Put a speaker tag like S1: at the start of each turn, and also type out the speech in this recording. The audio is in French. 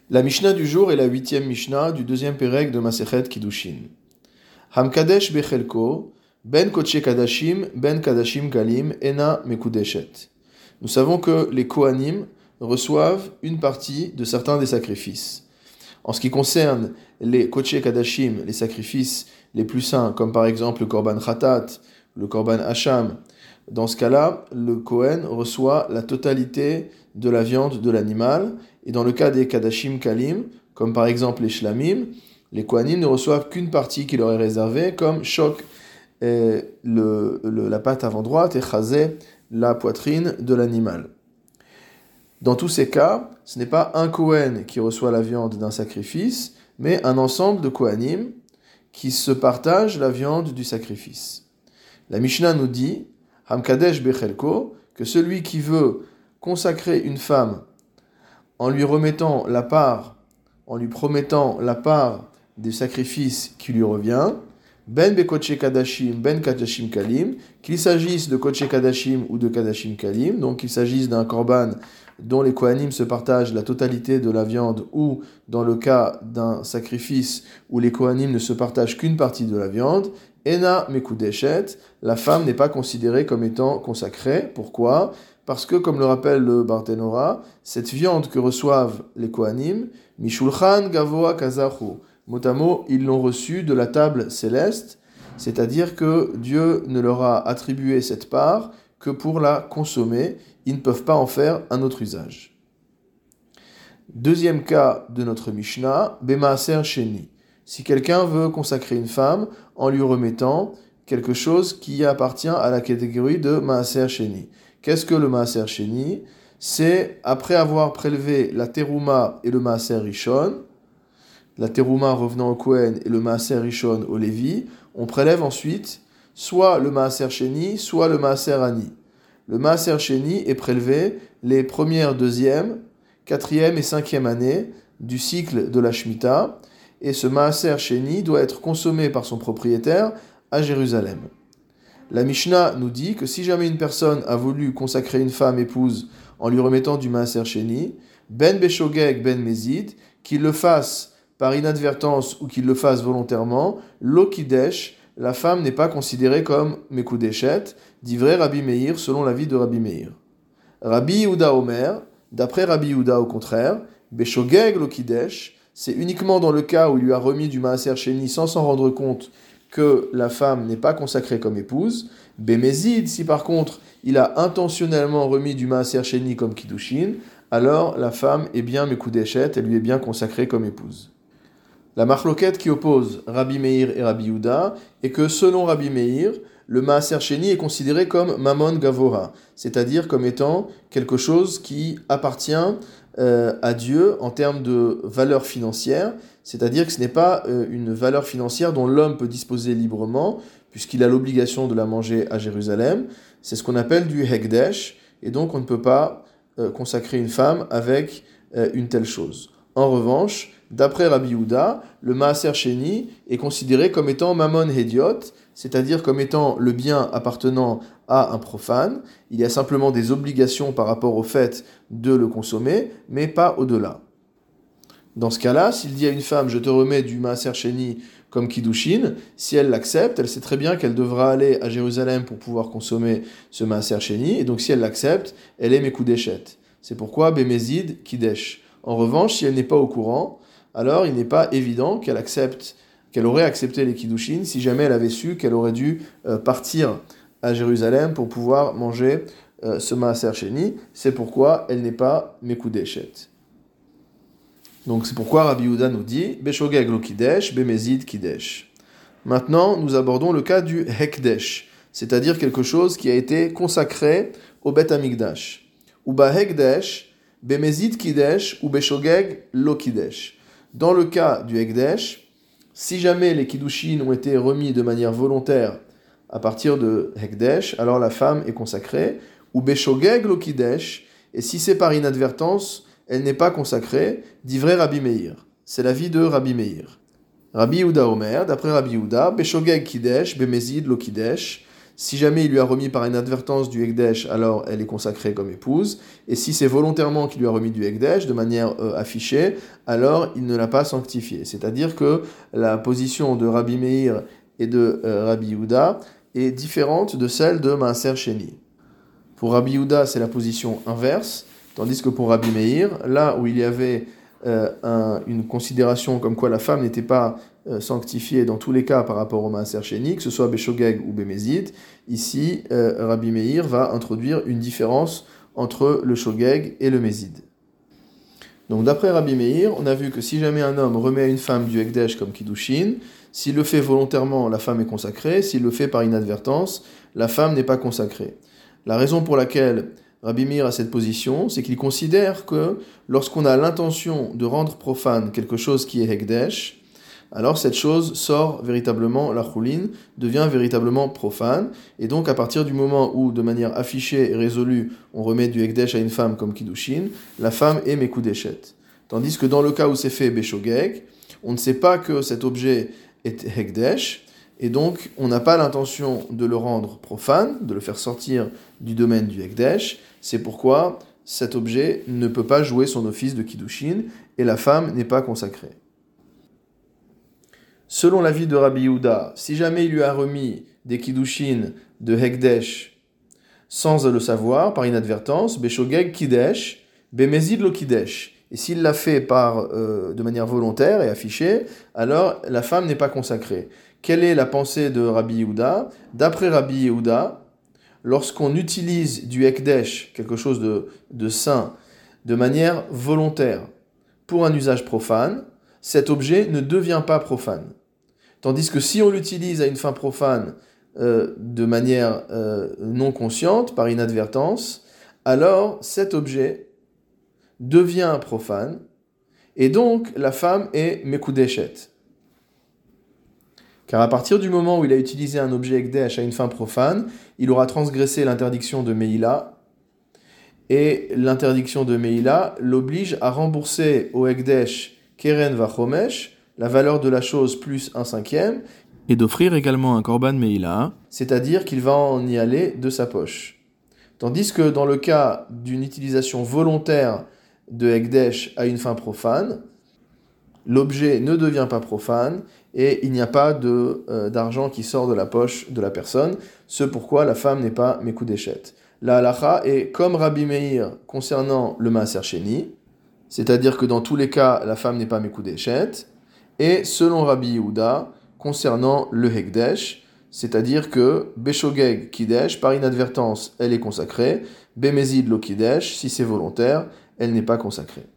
S1: La Mishnah du jour est la 8e Mishnah du deuxième Pérec de Masechet Kiddushin. Hamkadesh bechelko, ben koche kadashim, ben kadashim galim, ena mekudeshet. Nous savons que les Kohanim reçoivent une partie de certains des sacrifices. En ce qui concerne les koche kadashim, les sacrifices les plus saints, comme par exemple le korban khatat, le korban hacham, dans ce cas-là, le Kohen reçoit la totalité de la viande de l'animal. Et dans le cas des kadashim kalim, comme par exemple les shlamim, les Kohanim ne reçoivent qu'une partie qui leur est réservée, comme shok, la patte avant droite, et chazé, la poitrine de l'animal. Dans tous ces cas, ce n'est pas un Kohen qui reçoit la viande d'un sacrifice, mais un ensemble de Kohanim qui se partagent la viande du sacrifice. La Mishnah nous dit, Hamkadesh bechelko, que celui qui veut consacrer une femme en lui remettant la part, en lui promettant la part des sacrifices qui lui revient, ben bekoche kadashim, ben kadashim kalim, qu'il s'agisse de koche kadashim ou de kadashim kalim, donc qu'il s'agisse d'un korban dont les Kohanim se partagent la totalité de la viande, ou dans le cas d'un sacrifice où les Kohanim ne se partagent qu'une partie de la viande, ena mekudeshet, la femme n'est pas considérée comme étant consacrée. Pourquoi ? Parce que, comme le rappelle le Barthénora, cette viande que reçoivent les Kohanim, mishulchan gavoa kazahu, mot à mot, ils l'ont reçue de la table céleste, c'est-à-dire que Dieu ne leur a attribué cette part que pour la consommer, ils ne peuvent pas en faire un autre usage. Deuxième cas de notre Mishnah, Bemaaser Sheni. Si quelqu'un veut consacrer une femme en lui remettant quelque chose qui appartient à la catégorie de Maaser Sheni. Qu'est-ce que le Maaser Sheni ? C'est après avoir prélevé la Teruma et le Maaser Rishon, la Teruma revenant au Kohen et le Maaser Rishon au Lévi, on prélève ensuite soit le Maaser Sheni, soit le Maaser Ani. Le Maaser Sheni est prélevé les premières, deuxième, quatrième et cinquième années du cycle de la Shemitah, et ce Maaser Sheni doit être consommé par son propriétaire à Jérusalem. La Mishnah nous dit que si jamais une personne a voulu consacrer une femme épouse en lui remettant du Maaser Sheni, ben beshogeg ben mezid, qu'il le fasse par inadvertance ou qu'il le fasse volontairement, lo kidesh, la femme n'est pas considérée comme mekudeshet, dit vrai Rabbi Meir selon l'avis de Rabbi Meir. Rabbi Yehuda Omer, d'après Rabbi Yehuda au contraire, beshogeg lo kidesh, c'est uniquement dans le cas où il lui a remis du Maaser Sheni sans s'en rendre compte que la femme n'est pas consacrée comme épouse. Bemezid, si par contre il a intentionnellement remis du Maaser Sheni comme Kiddushin, alors la femme est bien mekudeshet, elle lui est bien consacrée comme épouse. La marloquette qui oppose Rabbi Meir et Rabbi Yehuda est que selon Rabbi Meir, le Maaser Sheni est considéré comme Mamon Gavora, c'est-à-dire comme étant quelque chose qui appartient à Dieu en termes de valeur financière, c'est-à-dire que ce n'est pas une valeur financière dont l'homme peut disposer librement, puisqu'il a l'obligation de la manger à Jérusalem. C'est ce qu'on appelle du Hekdesh, et donc on ne peut pas consacrer une femme avec une telle chose. En revanche, d'après Rabbi Yehuda, le Maaser Sheni est considéré comme étant Mamon Hediot, c'est-à-dire comme étant le bien appartenant à un profane. Il y a simplement des obligations par rapport au fait de le consommer, mais pas au-delà. Dans ce cas-là, s'il dit à une femme « je te remets du Maaser Sheni comme Kiddushin », si elle l'accepte, elle sait très bien qu'elle devra aller à Jérusalem pour pouvoir consommer ce Maaser Sheni, et donc si elle l'accepte, elle est Mekudeshet. C'est pourquoi Bemezid Kidesh. En revanche, si elle n'est pas au courant, alors il n'est pas évident qu'elle aurait accepté les Kiddushin si jamais elle avait su qu'elle aurait dû partir à Jérusalem pour pouvoir manger ce Maaser Sheni. C'est pourquoi elle n'est pas Mekudeshet. Donc c'est pourquoi Rabbi Yehuda nous dit Beshogeg lo kidesh, bemezid kidesh. Maintenant, nous abordons le cas du Hekdesh, c'est-à-dire quelque chose qui a été consacré au Bet Hamikdash. Ou ba Hekdesh, bemezid kidesh ou beshogeg lo kidesh. Dans le cas du Hekdesh, si jamais les Kiddushin ont été remis de manière volontaire à partir de Hekdesh, alors la femme est consacrée, ou beshogeg lo kidesh, et si c'est par inadvertance, elle n'est pas consacrée, dit vrai Rabbi Meir. C'est l'avis de Rabbi Meir. Rabbi Yehuda Omer, d'après Rabbi Yehuda, beshogeg kidesh, bemezid lo kidesh, Si jamais il lui a remis par inadvertance du Hekdesh, alors elle est consacrée comme épouse. Et si c'est volontairement qu'il lui a remis du Hekdesh, de manière affichée, alors il ne l'a pas sanctifié. C'est-à-dire que la position de Rabbi Meir et de Rabbi Yehuda est différente de celle de Maaser Sheni. Pour Rabbi Yehuda, c'est la position inverse, tandis que pour Rabbi Meir, là où il y avait une considération comme quoi la femme n'était pas sanctifiée dans tous les cas par rapport au Maaser Sheni, que ce soit Beshogeg ou Bémézid, ici, Rabbi Meir va introduire une différence entre le Shogeg et le Mézid. Donc d'après Rabbi Meir, on a vu que si jamais un homme remet à une femme du Hekdesh comme Kiddushin, s'il le fait volontairement, la femme est consacrée, s'il le fait par inadvertance, la femme n'est pas consacrée. La raison pour laquelle Rabbi Meir a cette position, c'est qu'il considère que lorsqu'on a l'intention de rendre profane quelque chose qui est Hekdesh, alors cette chose sort véritablement, la choulin devient véritablement profane, et donc à partir du moment où, de manière affichée et résolue, on remet du Hekdesh à une femme comme Kiddushin, la femme est Mekudeshet. Tandis que dans le cas où c'est fait Beshogeg, on ne sait pas que cet objet est Hekdesh, et donc on n'a pas l'intention de le rendre profane, de le faire sortir du domaine du Hekdesh, c'est pourquoi cet objet ne peut pas jouer son office de Kiddushin, et la femme n'est pas consacrée. Selon l'avis de Rabbi Yehuda, si jamais il lui a remis des Kiddushin de Hekdesh sans le savoir, par inadvertance, Beshogeg Kidesh, Bemezid lo Kidesh. Et s'il l'a fait de manière volontaire et affichée, alors la femme n'est pas consacrée. Quelle est la pensée de Rabbi Yehuda ? D'après Rabbi Yehuda, lorsqu'on utilise du Hekdesh, quelque chose de saint, de manière volontaire, pour un usage profane, cet objet ne devient pas profane. Tandis que si on l'utilise à une fin profane de manière non consciente, par inadvertance, alors cet objet devient profane, et donc la femme est Mekudeshet. Car à partir du moment où il a utilisé un objet Hekdesh à une fin profane, il aura transgressé l'interdiction de Meïla, et l'interdiction de Meïla l'oblige à rembourser au Hekdesh Keren Vachomesh, la valeur de la chose plus 1/5, et d'offrir également un Korban Meïla, c'est-à-dire qu'il va en y aller de sa poche. Tandis que dans le cas d'une utilisation volontaire de Hekdesh à une fin profane, l'objet ne devient pas profane et il n'y a pas d'argent qui sort de la poche de la personne, ce pourquoi la femme n'est pas Mekudeshet. La halacha est comme Rabbi Meir concernant le Maaser Sheni, c'est-à-dire que dans tous les cas, la femme n'est pas Mekudeshet, et selon Rabbi Yehuda, concernant le Hekdesh, c'est-à-dire que Beshogeg Kidesh, par inadvertance, elle est consacrée, Bemezid lo Kidesh, si c'est volontaire, elle n'est pas consacrée.